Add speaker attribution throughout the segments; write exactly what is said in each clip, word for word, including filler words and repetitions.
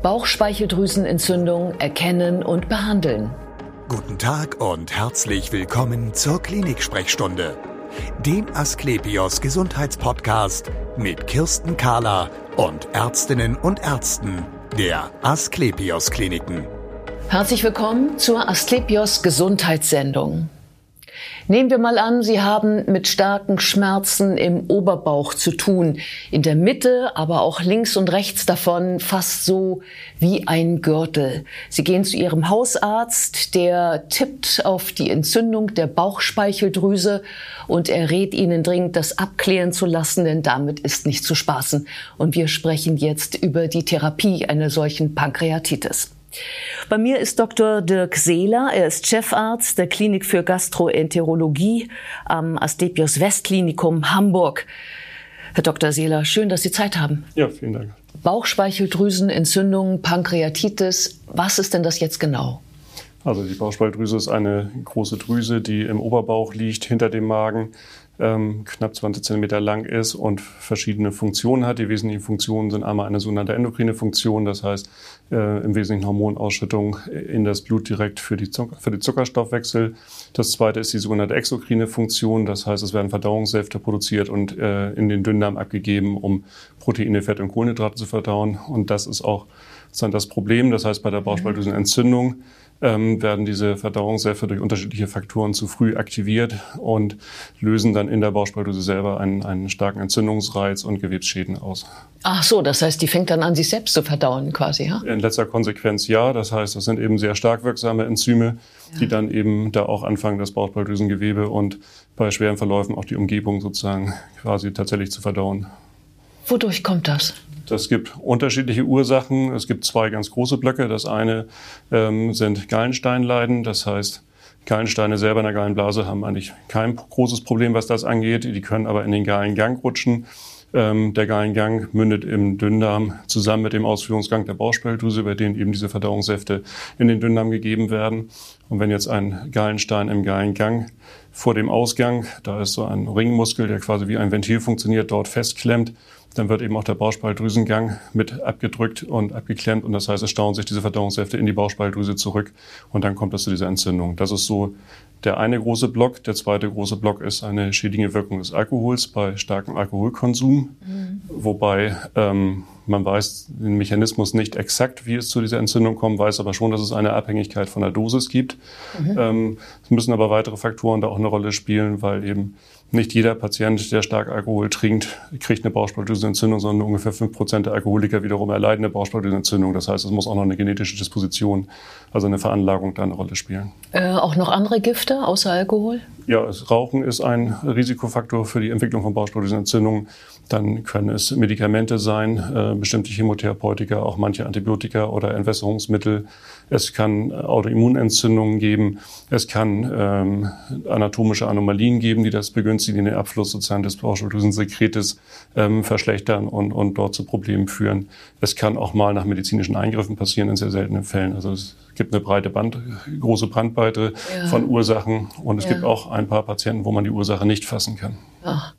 Speaker 1: Bauchspeicheldrüsenentzündung erkennen und behandeln.
Speaker 2: Guten Tag und herzlich willkommen zur Klinik-Sprechstunde, dem Asklepios Gesundheitspodcast mit Kirsten Kahler und Ärztinnen und Ärzten der Asklepios Kliniken.
Speaker 1: Herzlich willkommen zur Asklepios Gesundheitssendung. Nehmen wir mal an, Sie haben mit starken Schmerzen im Oberbauch zu tun. In der Mitte, aber auch links und rechts davon, fast so wie ein Gürtel. Sie gehen zu Ihrem Hausarzt, der tippt auf die Entzündung der Bauchspeicheldrüse und er rät Ihnen dringend, das abklären zu lassen, denn damit ist nicht zu spaßen. Und wir sprechen jetzt über die Therapie einer solchen Pankreatitis. Bei mir ist Doktor Dirk Seeler. Er ist Chefarzt der Klinik für Gastroenterologie am Asklepios Westklinikum Hamburg. Herr Doktor Seeler, schön, dass Sie Zeit haben.
Speaker 3: Ja, vielen Dank.
Speaker 1: Bauchspeicheldrüsenentzündung, Pankreatitis, was ist denn das jetzt genau?
Speaker 3: Also die Bauchspeicheldrüse ist eine große Drüse, die im Oberbauch liegt, hinter dem Magen, ähm, knapp zwanzig Zentimeter lang ist und verschiedene Funktionen hat. Die wesentlichen Funktionen sind einmal eine sogenannte endokrine Funktion, das heißt äh, im Wesentlichen Hormonausschüttung in das Blut direkt für, die Zucker, für den Zuckerstoffwechsel. Das zweite ist die sogenannte exokrine Funktion, das heißt es werden Verdauungssäfte produziert und äh, in den Dünndarm abgegeben, um Proteine, Fett und Kohlenhydrate zu verdauen. Und das ist auch dann das Problem, das heißt bei der Bauchspeicheldrüsenentzündung ähm, werden diese Verdauungssäfte durch unterschiedliche Faktoren zu früh aktiviert und lösen dann in der Bauchspeicheldrüse selber einen, einen starken Entzündungsreiz und Gewebsschäden aus.
Speaker 1: Ach so, das heißt, die fängt dann an, sich selbst zu verdauen quasi, ja?
Speaker 3: In letzter Konsequenz ja, das heißt, das sind eben sehr stark wirksame Enzyme, ja, die dann eben da auch anfangen, das Bauchspeicheldrüsengewebe und bei schweren Verläufen auch die Umgebung sozusagen quasi tatsächlich zu verdauen.
Speaker 1: Wodurch kommt das?
Speaker 3: Das gibt unterschiedliche Ursachen. Es gibt zwei ganz große Blöcke. Das eine ähm, sind Gallensteinleiden. Das heißt, Gallensteine selber in der Gallenblase haben eigentlich kein großes Problem, was das angeht. Die können aber in den Gallengang rutschen. Ähm, der Gallengang mündet im Dünndarm zusammen mit dem Ausführungsgang der Bauchspeicheldrüse, über den eben diese Verdauungssäfte in den Dünndarm gegeben werden. Und wenn jetzt ein Gallenstein im Gallengang vor dem Ausgang, da ist so ein Ringmuskel, der quasi wie ein Ventil funktioniert, dort festklemmt, dann wird eben auch der Bauchspeicheldrüsengang mit abgedrückt und abgeklemmt. Und das heißt, es stauen sich diese Verdauungssäfte in die Bauchspeicheldrüse zurück. Und dann kommt es zu dieser Entzündung. Das ist so der eine große Block. Der zweite große Block ist eine schädigende Wirkung des Alkohols bei starkem Alkoholkonsum. Mhm. Wobei ähm, man weiß den Mechanismus nicht exakt, wie es zu dieser Entzündung kommt, weiß aber schon, dass es eine Abhängigkeit von der Dosis gibt. Mhm. Ähm, es müssen aber weitere Faktoren da auch eine Rolle spielen, weil eben nicht jeder Patient, der stark Alkohol trinkt, kriegt eine Bauchspeicheldrüsenentzündung, sondern nur ungefähr fünf Prozent der Alkoholiker wiederum erleiden eine Bauchspeicheldrüsenentzündung. Das heißt, es muss auch noch eine genetische Disposition, also eine Veranlagung da eine Rolle spielen. Äh,
Speaker 1: auch noch andere Gifte außer Alkohol?
Speaker 3: Ja, das Rauchen ist ein Risikofaktor für die Entwicklung von Bauchspeicheldrüsenentzündungen. Dann können es Medikamente sein, äh, bestimmte Chemotherapeutika, auch manche Antibiotika oder Entwässerungsmittel. Es kann Autoimmunentzündungen geben. Es kann ähm, anatomische Anomalien geben, die das begünstigen, den Abfluss sozusagen des Bauchspeicheldrüsensekretes ähm, verschlechtern und, und dort zu Problemen führen. Es kann auch mal nach medizinischen Eingriffen passieren, in sehr seltenen Fällen. Also es gibt eine breite Band, große Bandbreite ja. von Ursachen und es ja. gibt auch ein paar Patienten, wo man die Ursache nicht fassen kann.
Speaker 1: Ja.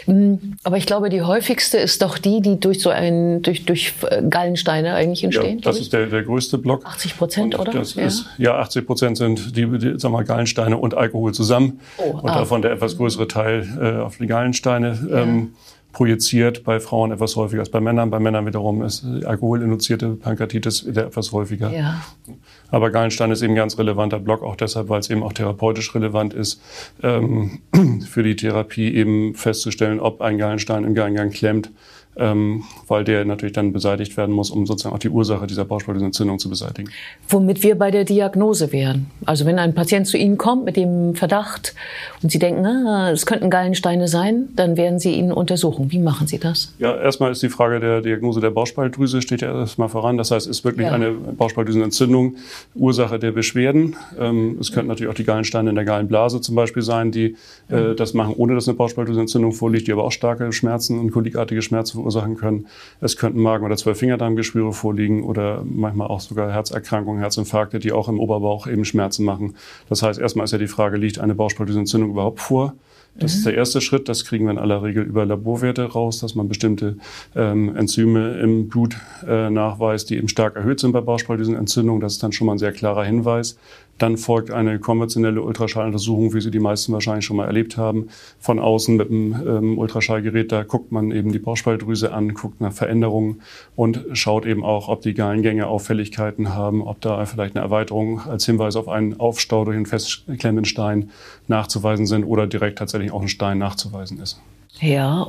Speaker 1: Aber ich glaube, die häufigste ist doch die, die durch so ein durch durch Gallensteine eigentlich entstehen.
Speaker 3: Ja, das ist der, der größte Block.
Speaker 1: achtzig Prozent, oder?
Speaker 3: Das
Speaker 1: ja.
Speaker 3: ist, ja, achtzig Prozent sind die, die sagen wir mal, Gallensteine und Alkohol zusammen. Oh, und ah. davon der etwas größere Teil äh, auf die Gallensteine ja. ähm, projiziert, bei Frauen etwas häufiger als bei Männern. Bei Männern wiederum ist alkoholinduzierte Pankreatitis wieder etwas häufiger. Ja. Aber Gallenstein ist eben ein ganz relevanter Block, auch deshalb, weil es eben auch therapeutisch relevant ist, ähm, für die Therapie eben festzustellen, ob ein Gallenstein im Gallengang klemmt, ähm, weil der natürlich dann beseitigt werden muss, um sozusagen auch die Ursache dieser Bauchspeicheldrüsenentzündung zu beseitigen.
Speaker 1: Womit wir bei der Diagnose wären. Also wenn ein Patient zu Ihnen kommt mit dem Verdacht und Sie denken, ah, es könnten Gallensteine sein, dann werden Sie ihn untersuchen. Wie machen Sie das?
Speaker 3: Ja, erstmal ist die Frage der Diagnose der Bauchspeicheldrüse, steht ja erstmal voran. Das heißt, es ist wirklich ja. eine Bauchspeicheldrüsenentzündung Ursache der Beschwerden. Ähm, es könnten natürlich auch die Gallensteine in der Gallenblase zum Beispiel sein, die äh, das machen, ohne dass eine Bauchspeicheldrüsenentzündung vorliegt, die aber auch starke Schmerzen und kolikartige Schmerzen verursachen können. Es könnten Magen- oder Zwölffingerdarmgeschwüre vorliegen oder manchmal auch sogar Herzerkrankungen, Herzinfarkte, die auch im Oberbauch eben Schmerzen machen. Das heißt, erstmal ist ja die Frage, liegt eine Bauchspeicheldrüsenentzündung überhaupt vor? Das mhm. ist der erste Schritt. Das kriegen wir in aller Regel über Laborwerte raus, dass man bestimmte ähm, Enzyme im Blut äh, nachweist, die eben stark erhöht sind bei Bauchspeicheldrüsenentzündung. Das ist dann schon mal ein sehr klarer Hinweis. Dann folgt eine konventionelle Ultraschalluntersuchung, wie Sie die meisten wahrscheinlich schon mal erlebt haben, von außen mit einem ähm, Ultraschallgerät. Da guckt man eben die Bauchspeicheldrüse an, guckt nach Veränderungen und schaut eben auch, ob die Gallengänge Auffälligkeiten haben, ob da vielleicht eine Erweiterung als Hinweis auf einen Aufstau durch einen festklemmenden Stein nachzuweisen sind oder direkt tatsächlich auch ein Stein nachzuweisen ist.
Speaker 1: Ja,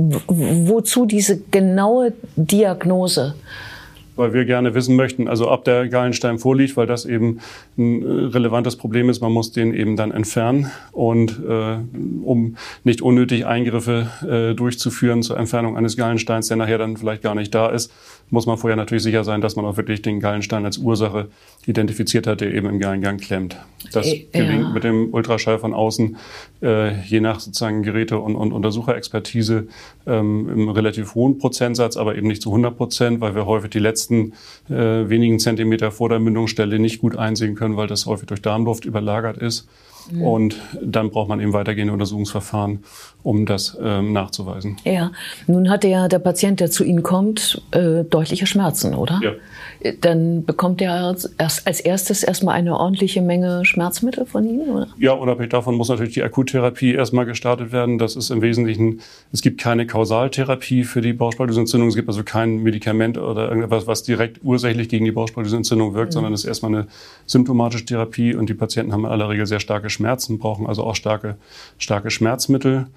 Speaker 1: wozu diese genaue Diagnose?
Speaker 3: Weil wir gerne wissen möchten, also ob der Gallenstein vorliegt, weil das eben ein relevantes Problem ist. Man muss den eben dann entfernen und äh, um nicht unnötig Eingriffe äh, durchzuführen zur Entfernung eines Gallensteins, der nachher dann vielleicht gar nicht da ist, muss man vorher natürlich sicher sein, dass man auch wirklich den Gallenstein als Ursache identifiziert hat, der eben im Gallengang klemmt. Das äh, gelingt ja. mit dem Ultraschall von außen, äh, je nach sozusagen Geräte- und, und Untersucherexpertise ähm, im relativ hohen Prozentsatz, aber eben nicht zu hundert Prozent, weil wir häufig die letzten äh, wenigen Zentimeter vor der Mündungsstelle nicht gut einsehen können, weil das häufig durch Darmluft überlagert ist. Mhm. Und dann braucht man eben weitergehende Untersuchungsverfahren, um das ähm, nachzuweisen.
Speaker 1: Ja, nun hatte ja der Patient, der zu Ihnen kommt, äh, deutliche Schmerzen, oder?
Speaker 3: Ja.
Speaker 1: Dann bekommt er erst als erstes erstmal eine ordentliche Menge Schmerzmittel von Ihnen, oder?
Speaker 3: Ja, unabhängig davon muss natürlich die Akuttherapie erstmal gestartet werden. Das ist im Wesentlichen, es gibt keine Kausaltherapie für die Bauchspeicheldrüsenentzündung. Es gibt also kein Medikament oder irgendetwas, was direkt ursächlich gegen die Bauchspeicheldrüsenentzündung wirkt, mhm. sondern es ist erstmal eine symptomatische Therapie und die Patienten haben in aller Regel sehr starke Schmerzen, brauchen also auch starke, starke Schmerzmittel.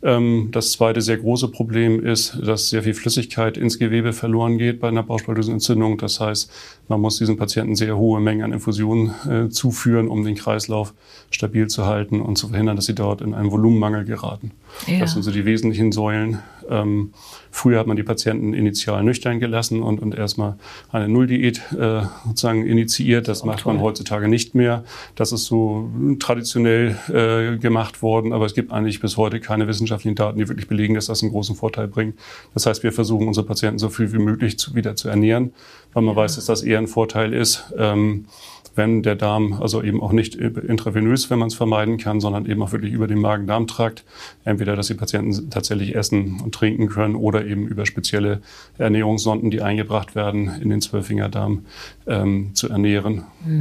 Speaker 3: Das zweite sehr große Problem ist, dass sehr viel Flüssigkeit ins Gewebe verloren geht bei einer Bauchspeicheldrüsenentzündung. Das heißt, man muss diesen Patienten sehr hohe Mengen an Infusionen äh, zuführen, um den Kreislauf stabil zu halten und zu verhindern, dass sie dort in einen Volumenmangel geraten. Ja. Das sind so die wesentlichen Säulen. Ähm, früher hat man die Patienten initial nüchtern gelassen und, und erstmal eine Nulldiät äh, sozusagen initiiert. Das, das macht toll. Man heutzutage nicht mehr. Das ist so traditionell äh, gemacht worden, aber es gibt eigentlich bis heute keine wissenschaftlichen Daten, die wirklich belegen, dass das einen großen Vorteil bringt. Das heißt, wir versuchen unsere Patienten so viel wie möglich zu, wieder zu ernähren, weil man ja. weiß, dass das eher ein Vorteil ist. Ähm, wenn der Darm, also eben auch nicht intravenös, wenn man es vermeiden kann, sondern eben auch wirklich über den Magen-Darm-Trakt. Entweder, dass die Patienten tatsächlich essen und trinken können oder eben über spezielle Ernährungssonden, die eingebracht werden, in den Zwölffingerdarm ähm, zu ernähren.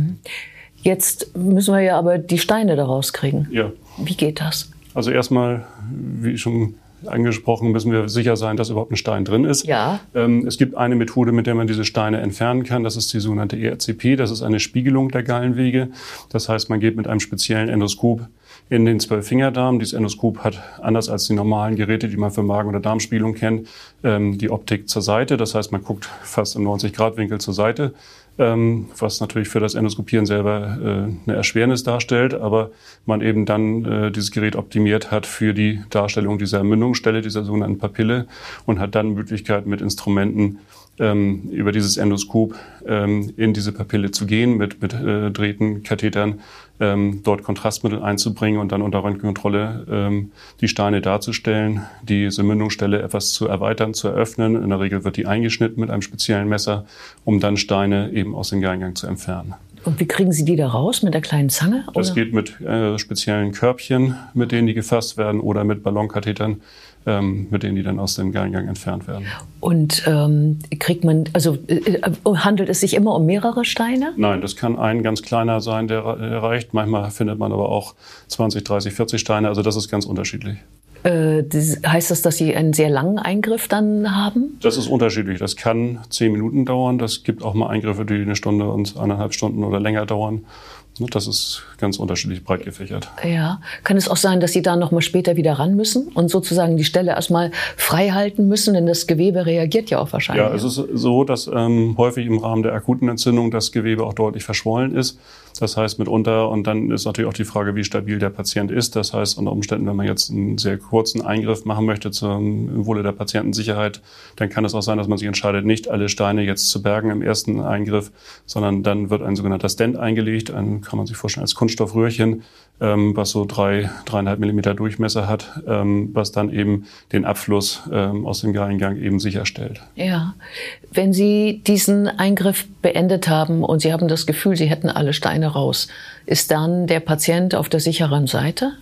Speaker 1: Jetzt müssen wir ja aber die Steine daraus kriegen.
Speaker 3: Ja.
Speaker 1: Wie geht das?
Speaker 3: Also erstmal, wie schon angesprochen, müssen wir sicher sein, dass überhaupt ein Stein drin ist.
Speaker 1: Ja.
Speaker 3: Ähm, es gibt eine Methode, mit der man diese Steine entfernen kann. Das ist die sogenannte E R C P. Das ist eine Spiegelung der Gallenwege. Das heißt, man geht mit einem speziellen Endoskop in den Zwölffingerdarm. Dieses Endoskop hat, anders als die normalen Geräte, die man für Magen- oder Darmspiegelung kennt, ähm, die Optik zur Seite. Das heißt, man guckt fast im neunzig Grad Winkel zur Seite. Ähm, was natürlich für das Endoskopieren selber äh, eine Erschwernis darstellt, aber man eben dann äh, dieses Gerät optimiert hat für die Darstellung dieser Mündungsstelle, dieser sogenannten Papille und hat dann Möglichkeit mit Instrumenten ähm, über dieses Endoskop ähm, in diese Papille zu gehen, mit, mit äh, Drähten, Kathetern, ähm, dort Kontrastmittel einzubringen und dann unter Röntgenkontrolle ähm, die Steine darzustellen, diese Mündungsstelle etwas zu erweitern, zu eröffnen. In der Regel wird die eingeschnitten mit einem speziellen Messer, um dann Steine eben aus dem Gallengang zu entfernen.
Speaker 1: Und wie kriegen Sie die da raus? Mit der kleinen Zange?
Speaker 3: Das
Speaker 1: oder?
Speaker 3: geht mit äh, speziellen Körbchen, mit denen die gefasst werden, oder mit Ballonkathetern, ähm, mit denen die dann aus dem Gallengang entfernt werden.
Speaker 1: Und ähm, kriegt man, also äh, handelt es sich immer um mehrere Steine?
Speaker 3: Nein, das kann ein ganz kleiner sein, der, der reicht. Manchmal findet man aber auch zwanzig, dreißig, vierzig Steine. Also das ist ganz unterschiedlich.
Speaker 1: Äh, das, heißt das, dass Sie einen sehr langen Eingriff dann haben?
Speaker 3: Das ist unterschiedlich. Das kann zehn Minuten dauern. Das gibt auch mal Eingriffe, die eine Stunde und eineinhalb Stunden oder länger dauern. Das ist ganz unterschiedlich breit gefächert.
Speaker 1: Ja. Kann es auch sein, dass Sie da noch mal später wieder ran müssen und sozusagen die Stelle erstmal frei halten müssen? Denn das Gewebe reagiert ja auch wahrscheinlich.
Speaker 3: Ja, es ist so, dass ähm, häufig im Rahmen der akuten Entzündung das Gewebe auch deutlich verschwollen ist. Das heißt mitunter, und dann ist natürlich auch die Frage, wie stabil der Patient ist. Das heißt, unter Umständen, wenn man jetzt einen sehr kurzen Eingriff machen möchte zum Wohle der Patientensicherheit, dann kann es auch sein, dass man sich entscheidet, nicht alle Steine jetzt zu bergen im ersten Eingriff, sondern dann wird ein sogenannter Stent eingelegt, ein, kann man sich vorstellen, als Kunststoffröhrchen, ähm, was so drei, dreieinhalb Millimeter Durchmesser hat, ähm, was dann eben den Abfluss ähm, aus dem Gallengang eben sicherstellt.
Speaker 1: Ja. Wenn Sie diesen Eingriff beendet haben und Sie haben das Gefühl, Sie hätten alle Steine raus, ist dann der Patient auf der sicheren Seite?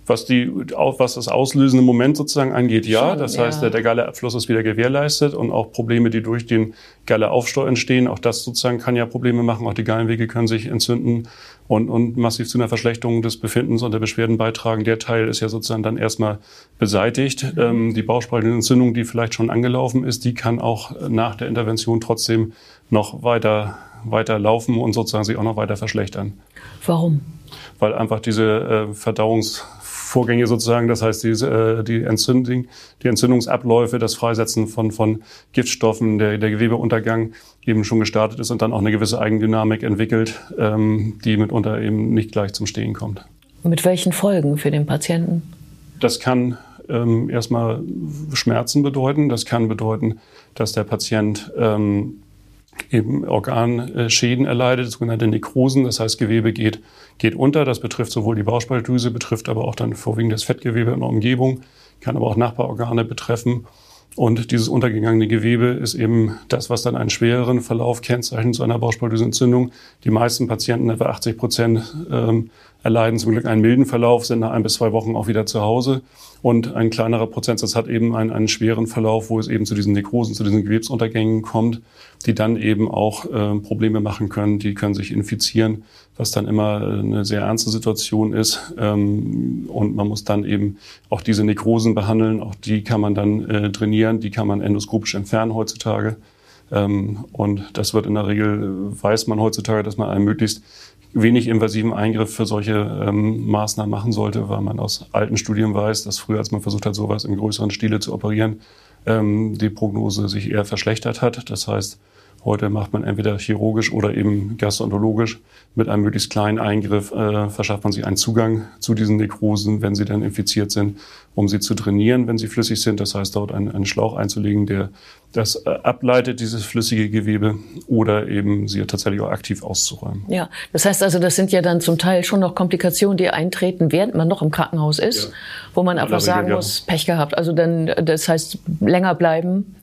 Speaker 3: Was die, auch was das auslösende Moment sozusagen angeht, ja.
Speaker 1: Schon,
Speaker 3: das
Speaker 1: ja.
Speaker 3: heißt, der, der Galleabfluss ist wieder gewährleistet und auch Probleme, die durch den Galleaufstau entstehen, auch das sozusagen kann ja Probleme machen. Auch die Gallenwege können sich entzünden und, und massiv zu einer Verschlechterung des Befindens und der Beschwerden beitragen. Der Teil ist ja sozusagen dann erstmal beseitigt. Mhm. Ähm, die Bauchspeichelentzündung, die vielleicht schon angelaufen ist, die kann auch nach der Intervention trotzdem noch weiter, weiter laufen und sozusagen sich auch noch weiter verschlechtern.
Speaker 1: Warum?
Speaker 3: Weil einfach diese äh, Verdauungs Vorgänge sozusagen, das heißt die, die, Entzündung, die Entzündungsabläufe, das Freisetzen von, von Giftstoffen, der, der Gewebeuntergang eben schon gestartet ist und dann auch eine gewisse Eigendynamik entwickelt, ähm, die mitunter eben nicht gleich zum Stehen kommt.
Speaker 1: Mit welchen Folgen für den Patienten?
Speaker 3: Das kann ähm, erstmal Schmerzen bedeuten. Das kann bedeuten, dass der Patient ähm, eben Organschäden erleidet, sogenannte Nekrosen. Das heißt, Gewebe geht, geht unter. Das betrifft sowohl die Bauchspeicheldrüse, betrifft aber auch dann vorwiegend das Fettgewebe in der Umgebung, kann aber auch Nachbarorgane betreffen. Und dieses untergegangene Gewebe ist eben das, was dann einen schwereren Verlauf kennzeichnet zu einer Bauchspeicheldrüsenentzündung. Die meisten Patienten, etwa achtzig Prozent, ähm, erleiden zum Glück einen milden Verlauf, sind nach ein bis zwei Wochen auch wieder zu Hause. Und ein kleinerer Prozentsatz hat eben einen, einen schweren Verlauf, wo es eben zu diesen Nekrosen, zu diesen Gewebsuntergängen kommt, die dann eben auch äh, Probleme machen können. Die können sich infizieren, was dann immer eine sehr ernste Situation ist. Ähm, und man muss dann eben auch diese Nekrosen behandeln. Auch die kann man dann äh, trainieren, die kann man endoskopisch entfernen heutzutage. Ähm, und das wird in der Regel, weiß man heutzutage, dass man einen möglichst wenig invasiven Eingriff für solche ähm, Maßnahmen machen sollte, weil man aus alten Studien weiß, dass früher, als man versucht hat, sowas im größeren Stile zu operieren, ähm, die Prognose sich eher verschlechtert hat. Das heißt, heute macht man entweder chirurgisch oder eben gastroenterologisch mit einem möglichst kleinen Eingriff, äh, verschafft man sich einen Zugang zu diesen Nekrosen, wenn sie dann infiziert sind, um sie zu trainieren, wenn sie flüssig sind. Das heißt, dort einen, einen Schlauch einzulegen, der das äh, ableitet, dieses flüssige Gewebe, oder eben sie tatsächlich auch aktiv auszuräumen.
Speaker 1: Ja, das heißt also, das sind ja dann zum Teil schon noch Komplikationen, die eintreten, während man noch im Krankenhaus ist, ja. wo man einfach sagen Regel, muss, ja. Pech gehabt. Also dann, das heißt, länger bleiben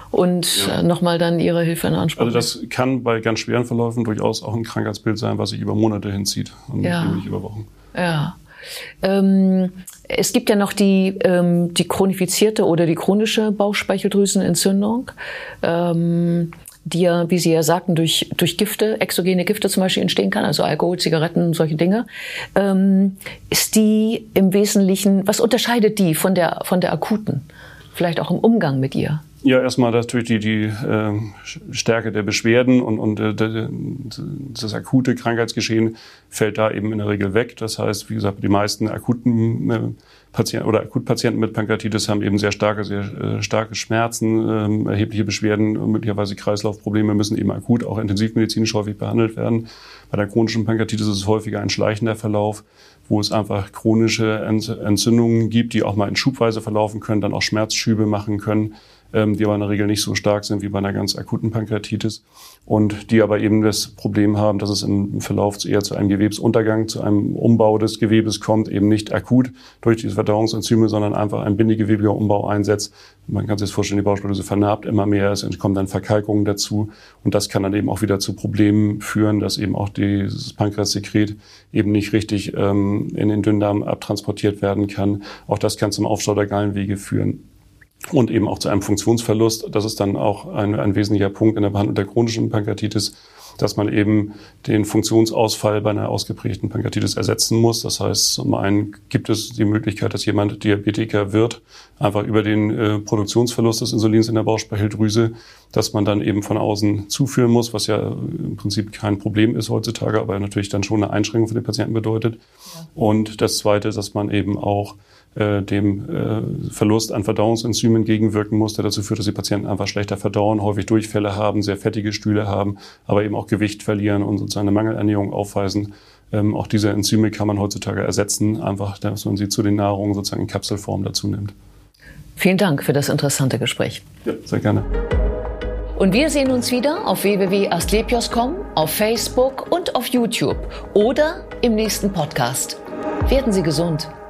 Speaker 1: und ja. nochmal dann Ihre Hilfe in Anspruch nehmen.
Speaker 3: Also das kann bei ganz schweren Verläufen durchaus auch ein Krankheitsbild sein, was sich über Monate hinzieht und
Speaker 1: ja.
Speaker 3: nicht über Wochen.
Speaker 1: Ja. Ähm, es gibt ja noch die, ähm, die chronifizierte oder die chronische Bauchspeicheldrüsenentzündung, ähm, die ja, wie Sie ja sagten, durch, durch Gifte, exogene Gifte zum Beispiel entstehen kann, also Alkohol, Zigaretten, solche Dinge. Ähm, ist die im Wesentlichen, was unterscheidet die von der, von der akuten? Vielleicht auch im Umgang mit ihr?
Speaker 3: Ja, erstmal natürlich die, die äh, Stärke der Beschwerden und, und äh, das akute Krankheitsgeschehen fällt da eben in der Regel weg. Das heißt, wie gesagt, die meisten akuten äh, Patienten oder Akutpatienten mit Pankreatitis haben eben sehr starke, sehr äh, starke Schmerzen, äh, erhebliche Beschwerden, möglicherweise Kreislaufprobleme, müssen eben akut auch intensivmedizinisch häufig behandelt werden. Bei der chronischen Pankreatitis ist es häufiger ein schleichender Verlauf, wo es einfach chronische Entzündungen gibt, die auch mal in Schubweise verlaufen können, dann auch Schmerzschübe machen können, die aber in der Regel nicht so stark sind wie bei einer ganz akuten Pankreatitis und die aber eben das Problem haben, dass es im Verlauf eher zu einem Gewebsuntergang, zu einem Umbau des Gewebes kommt, eben nicht akut durch diese Verdauungsenzyme, sondern einfach ein bindegewebiger Umbau einsetzt. Man kann sich das vorstellen, die Bauchspeicheldrüse vernarbt immer mehr, es kommen dann Verkalkungen dazu und das kann dann eben auch wieder zu Problemen führen, dass eben auch dieses Pankreassekret eben nicht richtig ähm, in den Dünndarm abtransportiert werden kann. Auch das kann zum Aufstau der Gallenwege führen. Und eben auch zu einem Funktionsverlust. Das ist dann auch ein, ein wesentlicher Punkt in der Behandlung der chronischen Pankreatitis, dass man eben den Funktionsausfall bei einer ausgeprägten Pankreatitis ersetzen muss. Das heißt, zum einen gibt es die Möglichkeit, dass jemand Diabetiker wird, einfach über den äh, Produktionsverlust des Insulins in der Bauchspeicheldrüse, dass man dann eben von außen zuführen muss, was ja im Prinzip kein Problem ist heutzutage, aber natürlich dann schon eine Einschränkung für den Patienten bedeutet. Ja. Und das Zweite ist, dass man eben auch äh, dem äh, Verlust an Verdauungsenzymen gegenwirken muss, der dazu führt, dass die Patienten einfach schlechter verdauen, häufig Durchfälle haben, sehr fettige Stühle haben, aber eben auch Gewicht verlieren und sozusagen eine Mangelernährung aufweisen. Ähm, auch diese Enzyme kann man heutzutage ersetzen, einfach, dass man sie zu den Nahrungen sozusagen in Kapselform dazu nimmt.
Speaker 1: Vielen Dank für das interessante Gespräch.
Speaker 3: Ja, sehr gerne.
Speaker 1: Und wir sehen uns wieder auf w w w punkt asklepios punkt com, auf Facebook und auf YouTube oder im nächsten Podcast. Werden Sie gesund!